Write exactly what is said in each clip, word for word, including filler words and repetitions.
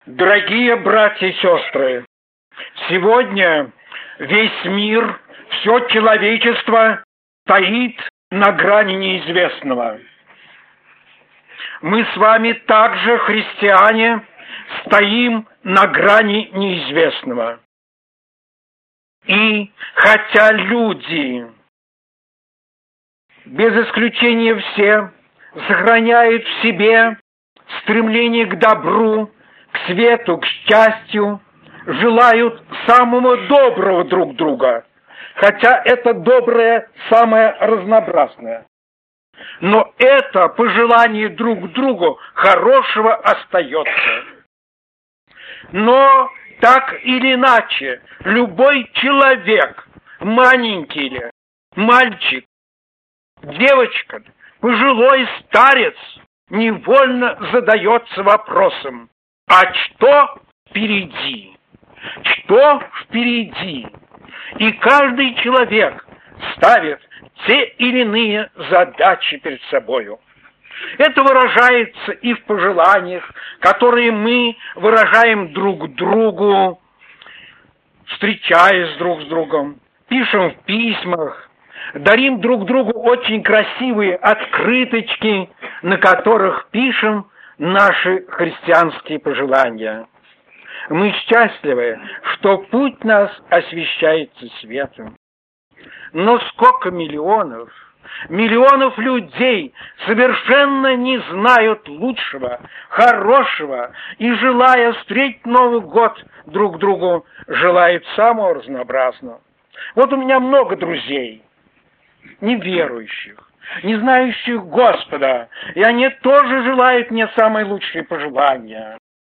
Дорогие братья и сестры, сегодня весь мир, все человечество стоит на грани неизвестного. Мы с вами также, христиане, стоим на грани неизвестного. И хотя люди, без исключения все, сохраняют в себе стремление к добру, к свету, к счастью, желают самого доброго друг друга, хотя это доброе самое разнообразное. Но это пожелание друг другу хорошего остается. Но так или иначе, любой человек, маленький ли, мальчик, девочка, пожилой старец, невольно задается вопросом: а что впереди? Что впереди? И каждый человек ставит те или иные задачи перед собою. Это выражается и в пожеланиях, которые мы выражаем друг другу, встречаясь друг с другом, пишем в письмах, дарим друг другу очень красивые открыточки, на которых пишем наши христианские пожелания. Мы счастливы, что путь нас освещается светом. Но сколько миллионов, миллионов людей совершенно не знают лучшего, хорошего, и, желая встретить Новый год друг другу, желают самого разнообразного. Вот у меня много друзей, неверующих, не знающих Господа, и они тоже желают мне самые лучшие пожелания.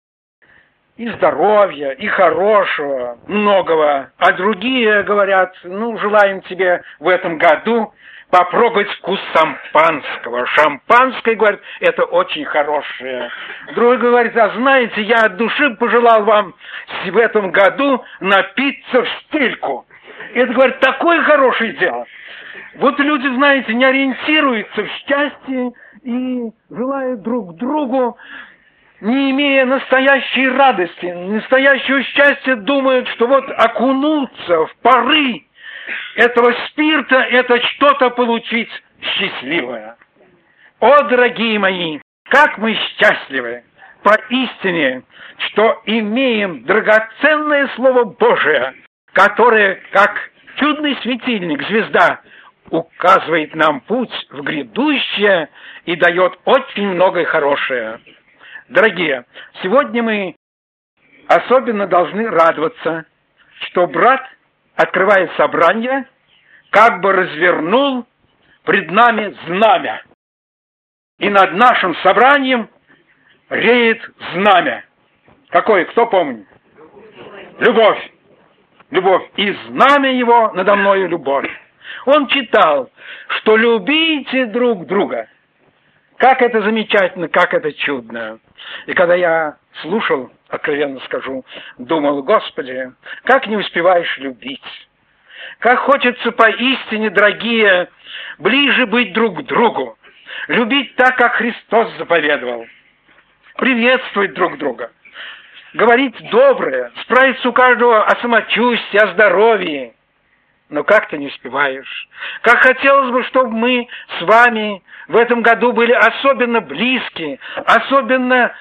И здоровья, и хорошего, многого. А другие говорят: ну, желаем тебе в этом году попробовать вкус шампанского. Шампанское, говорит, это очень хорошее. Другой говорит: а знаете, я от души пожелал вам в этом году напиться в стельку. Это, говорит, такое хорошее дело. Вот люди, знаете, не ориентируются в счастье и желают друг другу, не имея настоящей радости, настоящего счастья, думают, что вот окунуться в пары этого спирта – это что-то получить счастливое. О, дорогие мои, как мы счастливы поистине, что имеем драгоценное Слово Божие, которое, как чудный светильник, звезда, указывает нам путь в грядущее и дает очень многое хорошее. Дорогие, сегодня мы особенно должны радоваться, что брат, открывая собрание, как бы развернул пред нами знамя. И над нашим собранием реет знамя. Какое, кто помнит? Любовь. Любовь. И знамя его надо мною любовь. Он читал, что любите друг друга. Как это замечательно, как это чудно. И когда я слушал, откровенно скажу, думал: Господи, как не успеваешь любить. Как хочется поистине, дорогие, ближе быть друг к другу. Любить так, как Христос заповедовал. Приветствовать друг друга. Говорить доброе, справиться у каждого о самочувствии, о здоровье. Но как ты не успеваешь? Как хотелось бы, чтобы мы с вами в этом году были особенно близки, особенно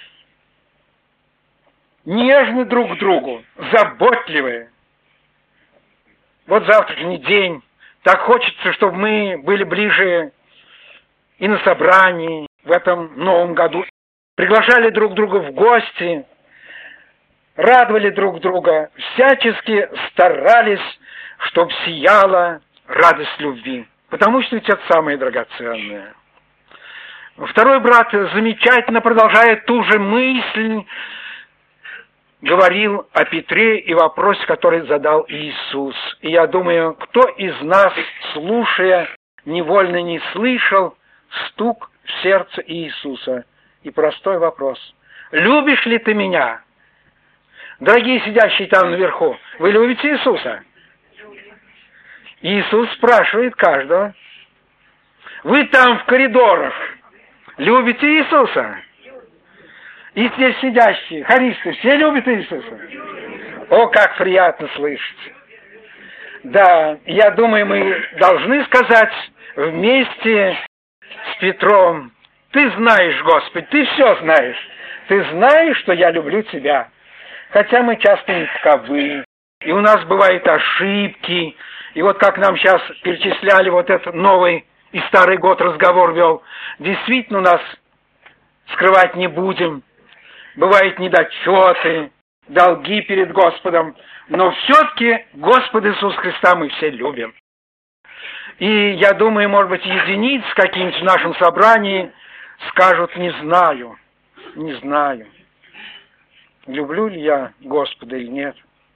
нежны друг к другу, заботливы. Вот завтрашний день. Так хочется, чтобы мы были ближе и на собрании в этом новом году. Приглашали друг друга в гости, радовали друг друга, всячески старались, чтоб сияла радость любви. Потому что ведь это самое драгоценное. Второй брат замечательно, продолжая ту же мысль, говорил о Петре и вопросе, который задал Иисус. И я думаю, кто из нас, слушая, невольно не слышал стук в сердце Иисуса. И простой вопрос: любишь ли ты меня? Дорогие сидящие там наверху, вы любите Иисуса? Иисус спрашивает каждого: вы там в коридорах любите Иисуса? И здесь сидящие, хористы, все любят Иисуса? О, как приятно слышать! Да, я думаю, мы должны сказать вместе с Петром: ты знаешь, Господи, ты все знаешь. Ты знаешь, что я люблю тебя. Хотя мы часто не таковы, и у нас бывают ошибки. И вот как нам сейчас перечисляли, вот этот новый и старый год разговор вел, действительно у нас скрывать не будем. Бывают недочеты, долги перед Господом, но все-таки Господа Иисуса Христа мы все любим. И я думаю, может быть, единиц какие-нибудь в нашем собрании скажут: не знаю, не знаю, люблю ли я Господа или нет.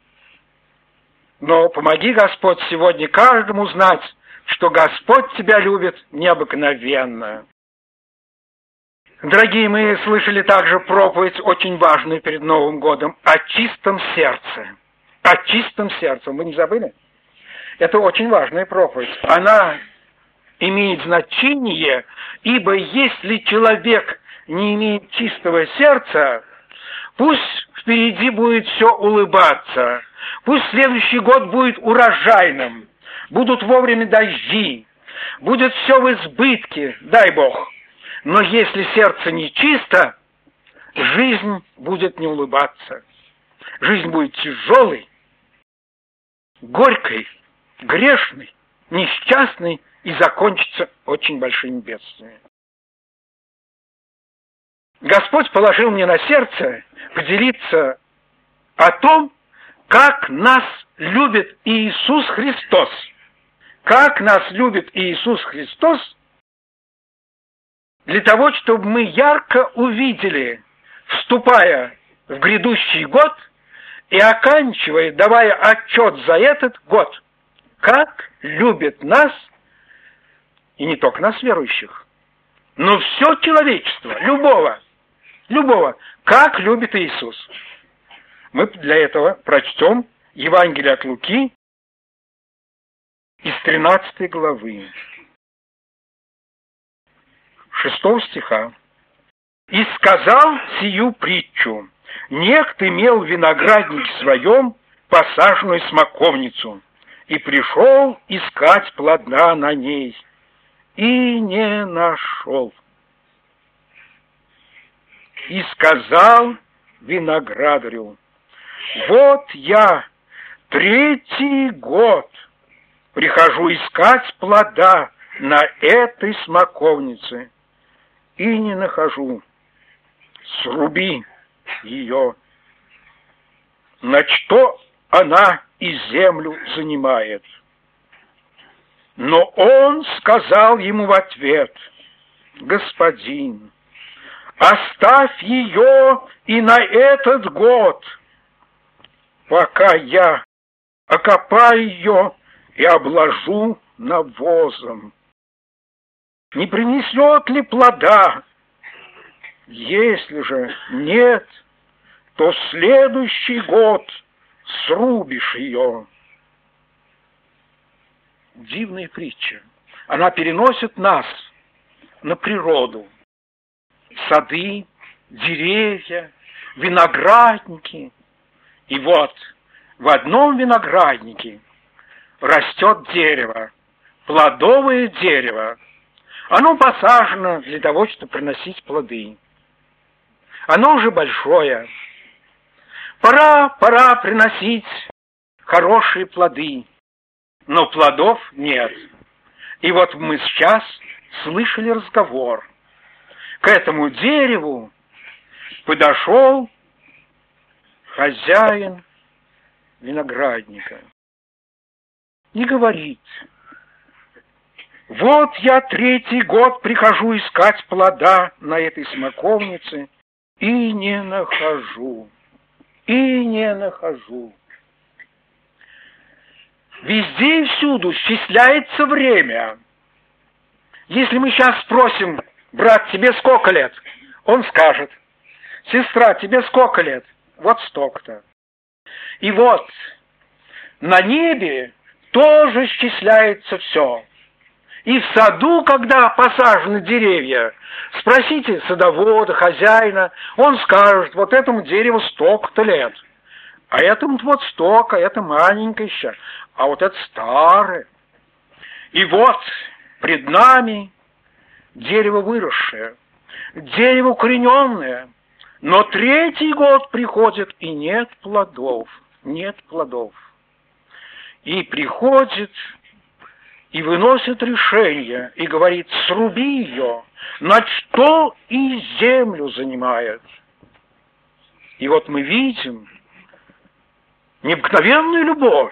Но помоги, Господь, сегодня каждому знать, что Господь тебя любит необыкновенно. Дорогие, мы слышали также проповедь, очень важную перед Новым годом, о чистом сердце. О чистом сердце. Вы не забыли? Это очень важная проповедь. Она имеет значение, ибо если человек не имеет чистого сердца, пусть впереди будет все улыбаться, пусть следующий год будет урожайным, будут вовремя дожди, будет все в избытке, дай Бог. Но если сердце не чисто, жизнь будет не улыбаться. Жизнь будет тяжелой, горькой, грешной, несчастной и закончится очень большими бедствиями. Господь положил мне на сердце поделиться о том, как нас любит Иисус Христос. Как нас любит Иисус Христос, для того, чтобы мы ярко увидели, вступая в грядущий год и оканчивая, давая отчет за этот год, как любит нас, и не только нас, верующих, но все человечество, любого, любого, как любит Иисус. Мы для этого прочтем Евангелие от Луки из тринадцатой главы, шестого стиха. «И сказал сию притчу: некто имел в винограднике своем посаженную смоковницу, и пришел искать плода на ней, и не нашел. И сказал виноградарю: вот я третий год прихожу искать плода на этой смоковнице, и не нахожу. Сруби ее. На что она и землю занимает? Но он сказал ему в ответ: господин, оставь ее и на этот год, пока я окопаю ее и обложу навозом. Не принесет ли плода? Если же нет, то следующий год срубишь ее». Дивная притча. Она переносит нас на природу. Сады, деревья, виноградники. И вот в одном винограднике растет дерево, плодовое дерево. Оно посажено для того, чтобы приносить плоды. Оно уже большое. Пора, пора приносить хорошие плоды. Но плодов нет. И вот мы сейчас слышали разговор. К этому дереву подошел хозяин виноградника и говорит: вот я третий год прихожу искать плода на этой смоковнице и не нахожу, и не нахожу. Везде и всюду счисляется время. Если мы сейчас спросим: брат, тебе сколько лет? Он скажет: сестра, тебе сколько лет? Вот столько-то. И вот на небе тоже счисляется все. И в саду, когда посажены деревья, спросите садовода, хозяина, он скажет, вот этому дереву столько-то лет, а этому вот столько, это маленькое еще, а вот это старое. И вот пред нами дерево выросшее, дерево укорененное, но третий год приходит, и нет плодов, нет плодов. И приходит, и выносит решение, и говорит, сруби ее, на что и землю занимает. И вот мы видим необыкновенную любовь.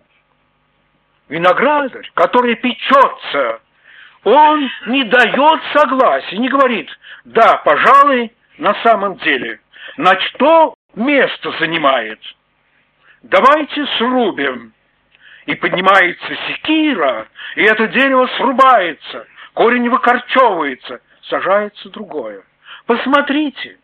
Виноградарь, который печется, он не дает согласия, не говорит, да, пожалуй, на самом деле, на что место занимает. Давайте срубим. И поднимается секира, и это дерево срубается, корень выкорчевывается, сажается другое. Посмотрите,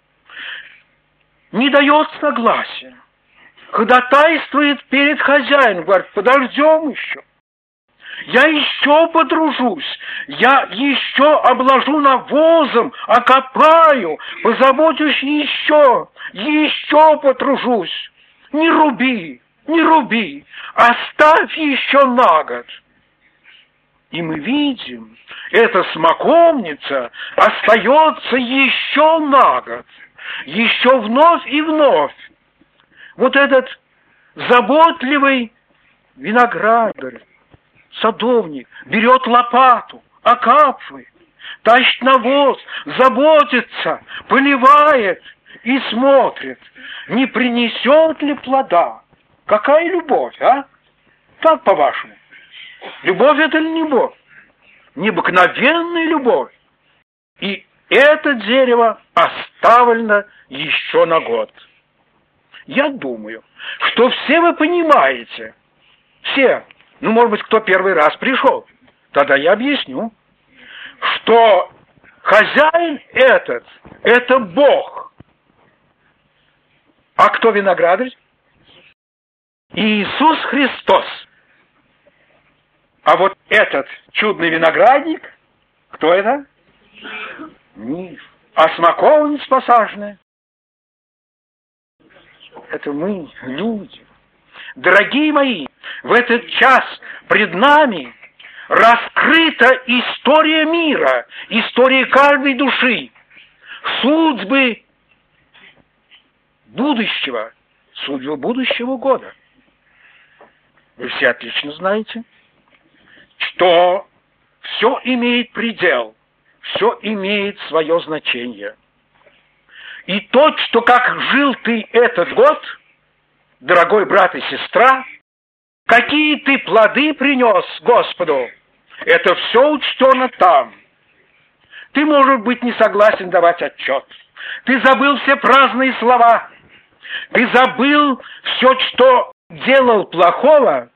не дает согласия, ходатайствует перед хозяином, говорит, подождем еще. Я еще подружусь, я еще обложу навозом, окопаю, позабочусь еще, еще потружусь. Не руби, не руби, оставь еще на год. И мы видим, эта смоковница остается еще на год, еще вновь и вновь. Вот этот заботливый виноградарь, садовник, берет лопату, окапывает, тащит навоз, заботится, поливает и смотрит, не принесет ли плода. Какая любовь, а? Как по-вашему? Любовь это или не любовь? Необыкновенная любовь. И это дерево оставлено еще на год. Я думаю, что все вы понимаете, все, ну, может быть, кто первый раз пришел, тогда я объясню, что хозяин этот, это Бог. А кто виноградарь? Иисус Христос. А вот этот чудный виноградник, кто это? Миф. А смоковница посаженная? Это мы, люди. Дорогие мои, в этот час пред нами раскрыта история мира, история каждой души, судьбы будущего, судьбы будущего года. Вы все отлично знаете, что все имеет предел, все имеет свое значение. И то, что как жил ты этот год, дорогой брат и сестра, какие ты плоды принес Господу, это все учтено там. Ты, может быть, не согласен давать отчет. Ты забыл все праздные слова. Ты забыл все, что делал плохого,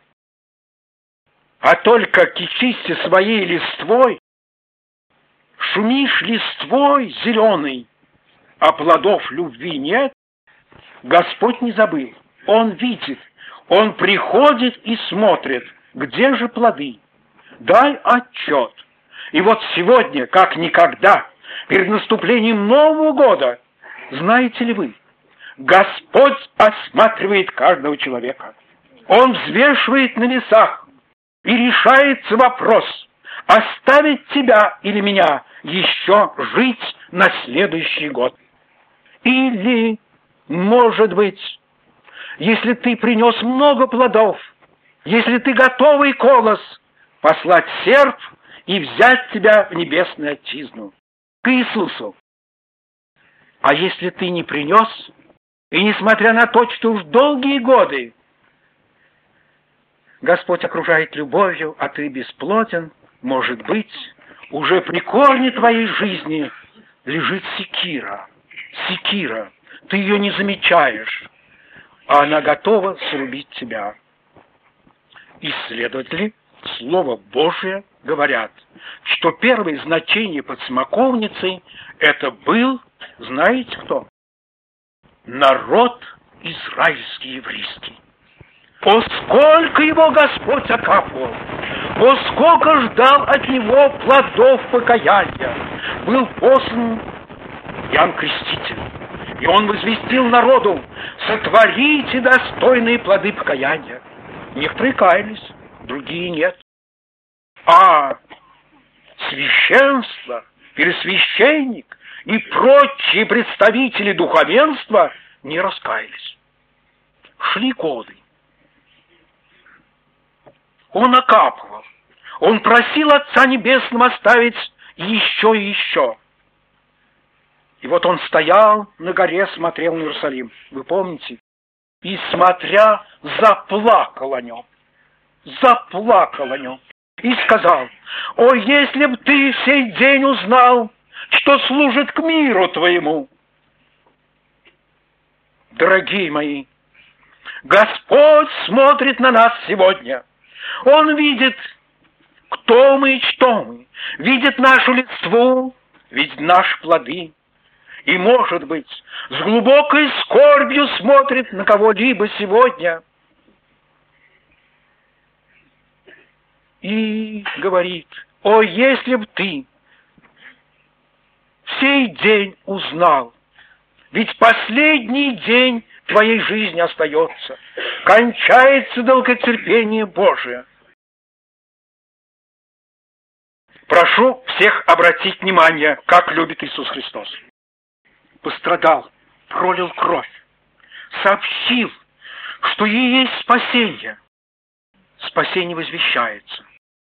а только кичишься своей листвой, шумишь листвой зеленой, а плодов любви нет. Господь не забыл. Он видит, Он приходит и смотрит, где же плоды. Дай отчет. И вот сегодня, как никогда, перед наступлением Нового года, знаете ли вы, Господь осматривает каждого человека. Он взвешивает на весах и решается вопрос, оставить тебя или меня еще жить на следующий год. Или, может быть, если ты принес много плодов, если ты готовый колос, послать серп и взять тебя в небесную отчизну, к Иисусу. А если ты не принес, и несмотря на то, что уж долгие годы Господь окружает любовью, а ты бесплотен, может быть, уже при корне твоей жизни лежит секира. Секира. Ты ее не замечаешь, а она готова срубить тебя. Исследователи Слово Божие говорят, что первое значение под смоковницей это был, знаете кто? Народ израильский еврейский. О, сколько его Господь окапывал! О, сколько ждал от него плодов покаяния! Был послан Иоанн Креститель, и он возвестил народу: сотворите достойные плоды покаяния. Некоторые каялись, другие нет. А священство, первосвященник и прочие представители духовенства не раскаялись. Шли годы. Он окапывал, он просил Отца Небесного оставить еще и еще. И вот он стоял на горе, смотрел на Иерусалим. Вы помните? И, смотря, заплакал о нем. Заплакал о нем. И сказал: «О, если б ты сей день узнал, что служит к миру твоему!» Дорогие мои, Господь смотрит на нас сегодня. Он видит, кто мы и что мы. Видит нашу листву, видит наши плоды. И, может быть, с глубокой скорбью смотрит на кого-либо сегодня. И говорит: «О, если б ты в сей день узнал, ведь последний день твоей жизни остается, кончается долготерпение Божие». Прошу всех обратить внимание, как любит Иисус Христос. Пострадал, пролил кровь, сообщил, что и есть спасение. Спасение возвещается.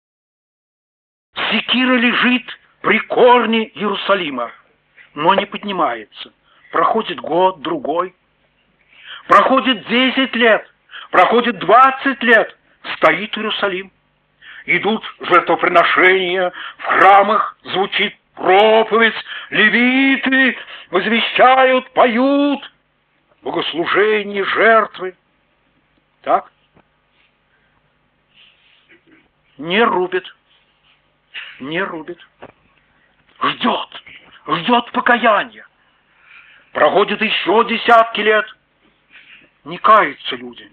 Секира лежит при корне Иерусалима, но не поднимается. Проходит год, другой. Проходит десять лет, проходит двадцать лет. Стоит Иерусалим. Идут жертвоприношения, в храмах звучит проповедь, левиты возвещают, поют, богослужения, жертвы. Так? Не рубит, не рубит. Ждет, ждет покаяния. Проходит еще десятки лет. Не каются люди.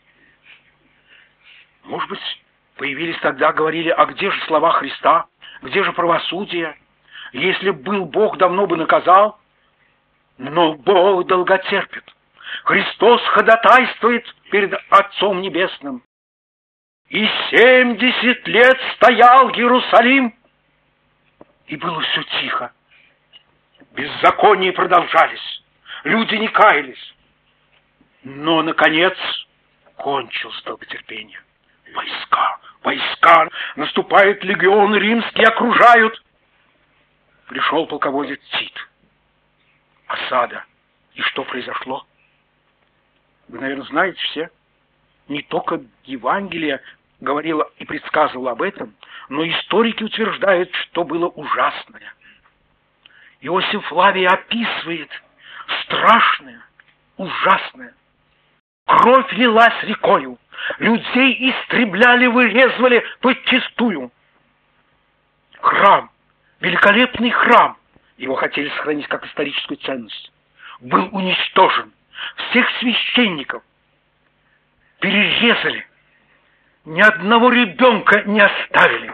Может быть, появились тогда, говорили: а где же слова Христа? Где же правосудие? Если б был Бог, давно бы наказал. Но Бог долготерпит. Христос ходатайствует перед Отцом Небесным. И семьдесят лет стоял Иерусалим, и было все тихо. Беззакония продолжались, люди не каялись. Но, наконец, кончилось долготерпение. Войска, войска, наступают легионы римские, окружают. Пришел полководец Тит. Осада. И что произошло? Вы, наверное, знаете все. Не только Евангелие говорило и предсказывало об этом, но историки утверждают, что было ужасное. Иосиф Флавий описывает страшное, ужасное. Кровь лилась рекою, людей истребляли, вырезывали подчистую. Храм, великолепный храм, его хотели сохранить как историческую ценность, был уничтожен. Всех священников перерезали, ни одного ребенка не оставили.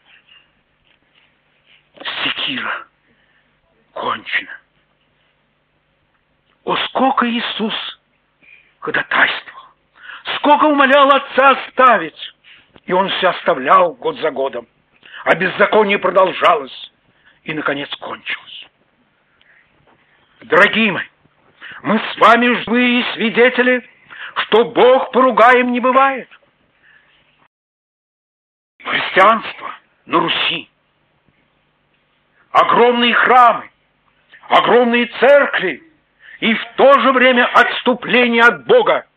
Секира кончена. О, сколько Иисус ходатайствовал, сколько умолял Отца оставить, и Он все оставлял год за годом, а беззаконие продолжалось и, наконец, кончилось. Дорогие мои, мы с вами живые свидетели, что Бог поругаем не бывает. Христианство на Руси, огромные храмы, огромные церкви и в то же время отступление от Бога.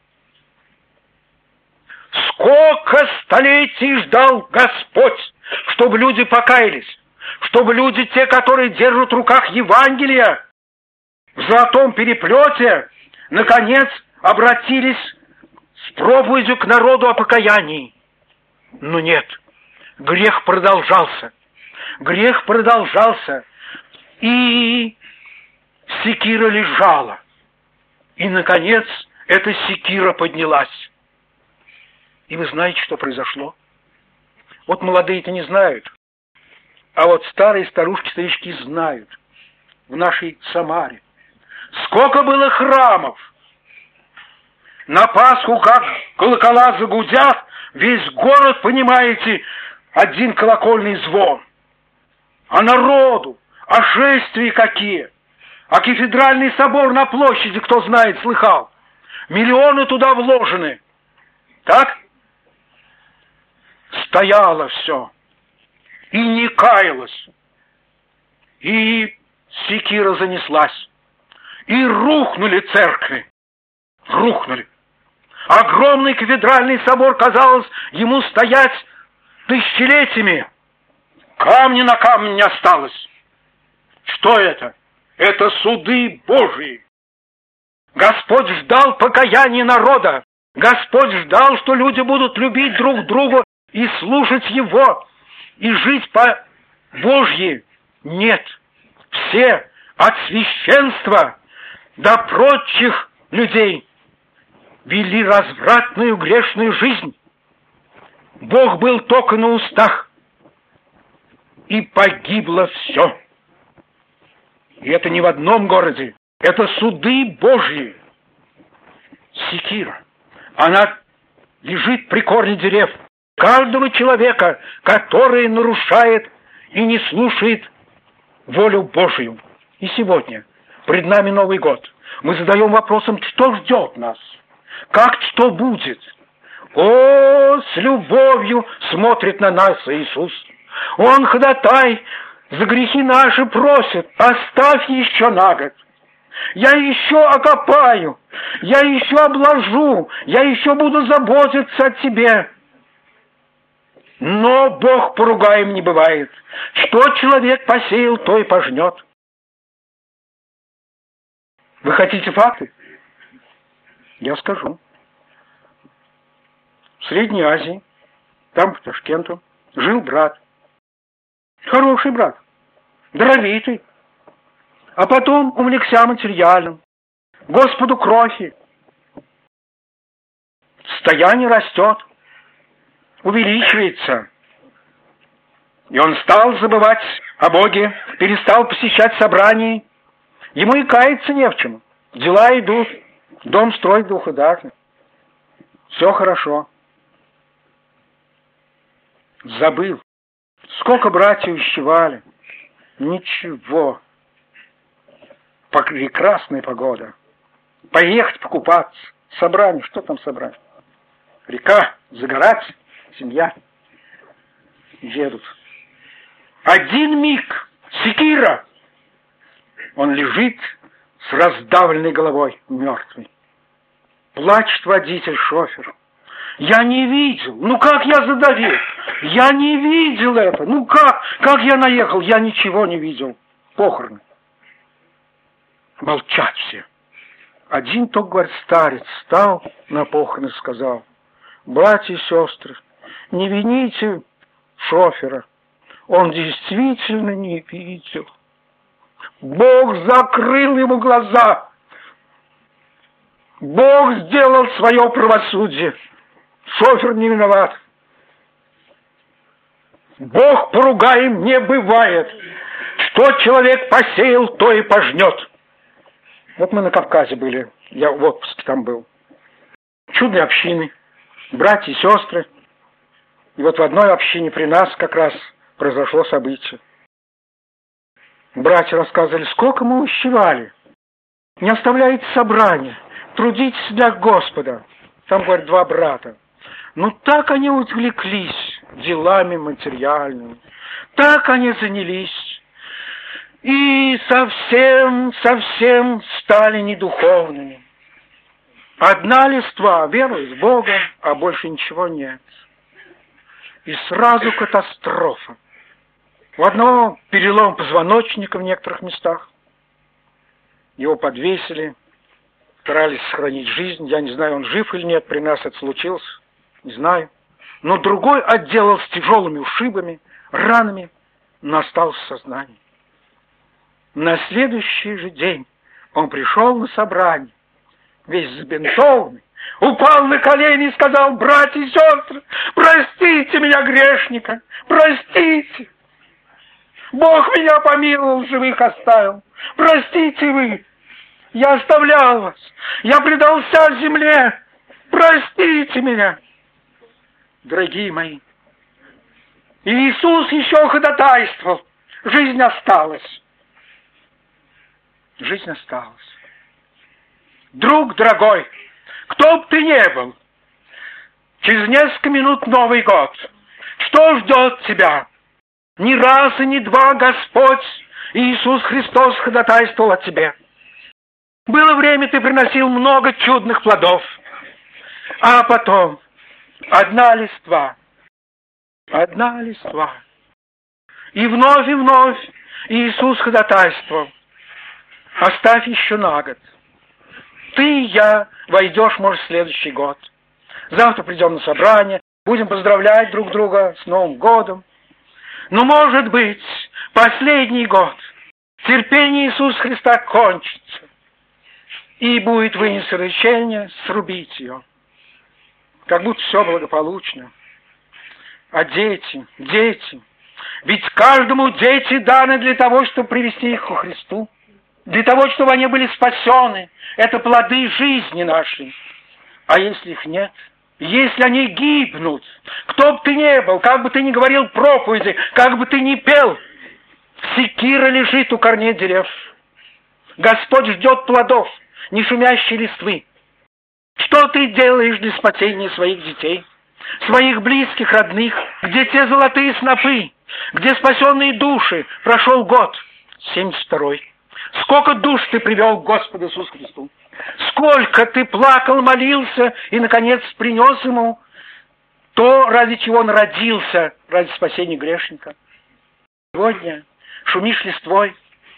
Сколько столетий ждал Господь, чтобы люди покаялись, чтобы люди, те, которые держат в руках Евангелие, в золотом переплете, наконец обратились с проповедью к народу о покаянии. Но нет, грех продолжался. Грех продолжался. И секира лежала. И, наконец, эта секира поднялась. И вы знаете, что произошло? Вот молодые-то не знают, а вот старые старушки-старички знают. В нашей Самаре сколько было храмов! На Пасху, как колокола загудят, весь город, понимаете, один колокольный звон. А народу, а шествия какие! А кафедральный собор на площади, кто знает, слыхал. Миллионы туда вложены. Так? Стояло все. И не каялось. И секира занеслась. И рухнули церкви. Рухнули. Огромный кафедральный собор, казалось, ему стоять тысячелетиями. Камня на камне не осталось. Что это? Это суды Божии. Господь ждал покаяния народа. Господь ждал, что люди будут любить друг друга и слушать Его, и жить по Божьи. Нет. Все от священства до прочих людей вели развратную грешную жизнь. Бог был только на устах, и погибло все. И это не в одном городе, это суды Божьи. Секира, она лежит при корне дерев каждого человека, который нарушает и не слушает волю Божию. И сегодня, пред нами Новый год, мы задаем вопросом, что ждет нас, как что будет. О, с любовью смотрит на нас Иисус. Он, ходатай, за грехи наши просит, оставь еще на год. Я еще окопаю, я еще обложу, я еще буду заботиться о тебе. Но Бог поругаем не бывает. Что человек посеял, то и пожнет. Вы хотите факты? Я скажу. В Средней Азии, там, в Ташкенту, жил брат. Хороший брат, даровитый. А потом увлекся материальным. Господу крохи. Состояние растет, увеличивается. И он стал забывать о Боге, перестал посещать собрания. Ему и каяться не в чем. Дела идут, дом строит двухэтажный. Все хорошо. Забыл. Сколько братьев исчевали. Ничего. Прекрасная погода. Поехать покупаться. Собрание. Что там собрать? Река. Загорать. Семья. Едут. Один миг. Секира. Он лежит с раздавленной головой. Мертвый. Плачет водитель, шофер. Я не видел. Ну как я задавил? Я не видел это. Ну как? Как я наехал? Я ничего не видел. Похороны. Молчат все. Один только, говорит, старец встал на похороны и сказал: братья и сестры, не вините шофера. Он действительно не видел. Бог закрыл ему глаза. Бог сделал свое правосудие. Шофер не виноват. Бог поругаем не бывает. Что человек посеял, то и пожнет. Вот мы на Кавказе были. Я в отпуске там был. Чудные общины. Братья и сестры. И вот в одной общине при нас как раз произошло событие. Братья рассказывали, сколько мы ущевали. Не оставляйте собрания. Трудитесь для Господа. Там, говорят, два брата. Ну так они увлеклись делами материальными. Так они занялись. И совсем, совсем стали недуховными. Одна листва, верует в Бога, а больше ничего нет. И сразу катастрофа. У одного перелом позвоночника в некоторых местах. Его подвесили, старались сохранить жизнь. Я не знаю, он жив или нет, при нас это случилось, не знаю. Но другой отделался тяжелыми ушибами, ранами, но остался в сознании. На следующий же день он пришел на собрание, весь забинтованный, упал на колени и сказал: братья и сестры, простите меня, грешника, простите. Бог меня помиловал, живых оставил. Простите вы, я оставлял вас, я предался земле, простите меня. Дорогие мои, Иисус еще ходатайствовал, жизнь осталась. Жизнь осталась. Друг дорогой, кто бы ты ни был, через несколько минут Новый год. Что ждет тебя? Ни раз и ни два Господь Иисус Христос ходатайствовал о тебе. Было время, ты приносил много чудных плодов, а потом одна листва, одна листва. И вновь и вновь Иисус ходатайствовал: оставь еще на год. Ты и я войдешь, может, в следующий год. Завтра придем на собрание, будем поздравлять друг друга с Новым годом. Но, может быть, последний год терпение Иисуса Христа кончится, и будет вынесено решение срубить ее. Как будто все благополучно. А дети, дети, ведь каждому дети даны для того, чтобы привести их ко Христу, для того, чтобы они были спасены. Это плоды жизни нашей. А если их нет? Если они гибнут, кто бы ты ни был, как бы ты ни говорил проповеди, как бы ты ни пел, секира лежит у корней дерев. Господь ждет плодов, не шумящей листвы. Что ты делаешь для спасения своих детей, своих близких, родных, где те золотые снопы, где спасенные души? Прошел год, семьдесят второй. Сколько душ ты привел к Господу Иисусу Христу? Сколько ты плакал, молился и, наконец, принес Ему то, ради чего Он родился, ради спасения грешника. Сегодня шумишь листвой,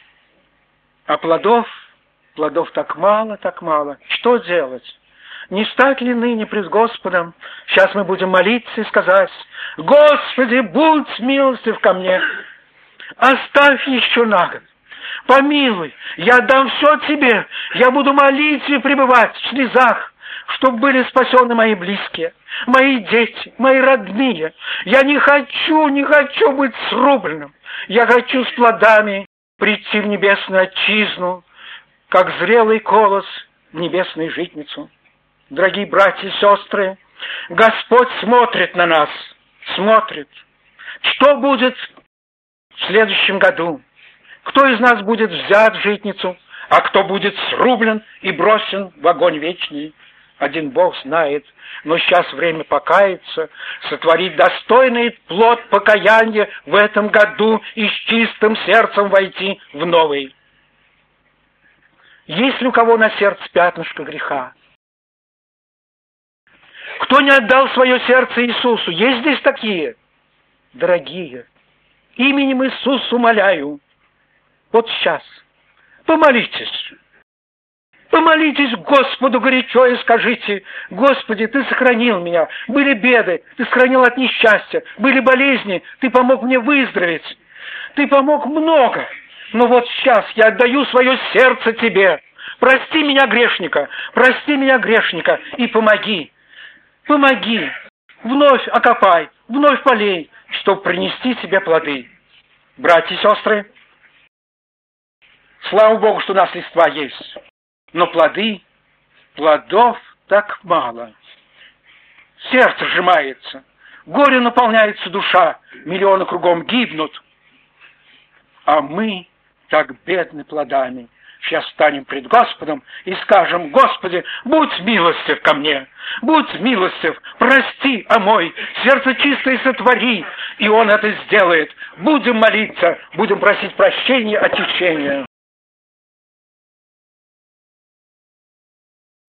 а плодов, плодов так мало, так мало. Что делать? Не стать ли ныне пред Господом? Сейчас мы будем молиться и сказать: Господи, будь милостив ко мне, оставь еще на год. Помилуй, я отдам все Тебе, я буду молиться и пребывать в слезах, чтобы были спасены мои близкие, мои дети, мои родные. Я не хочу, не хочу быть срубленным. Я хочу с плодами прийти в небесную отчизну, как зрелый колос в небесную житницу. Дорогие братья и сестры, Господь смотрит на нас, смотрит. Что будет в следующем году? Кто из нас будет взят в житницу, а кто будет срублен и бросен в огонь вечный? Один Бог знает. Но сейчас время покаяться, сотворить достойный плод покаяния в этом году и с чистым сердцем войти в новый. Есть ли у кого на сердце пятнышко греха? Кто не отдал свое сердце Иисусу? Есть здесь такие? Дорогие, именем Иисуса умоляю, вот сейчас помолитесь. Помолитесь Господу горячо и скажите: Господи, Ты сохранил меня. Были беды, Ты сохранил от несчастья. Были болезни, Ты помог мне выздороветь. Ты помог много. Но вот сейчас я отдаю свое сердце Тебе. Прости меня, грешника, прости меня, грешника, и помоги. Помоги. Вновь окопай, вновь полей, чтобы принести Тебе плоды. Братья и сестры, слава Богу, что у нас листва есть. Но плоды, плодов так мало. Сердце сжимается, горе наполняется душа, миллионы кругом гибнут. А мы так бедны плодами. Сейчас станем пред Господом и скажем: Господи, будь милостив ко мне, будь милостив, прости, омой, сердце чистое сотвори, и Он это сделает. Будем молиться, будем просить прощения, очищения.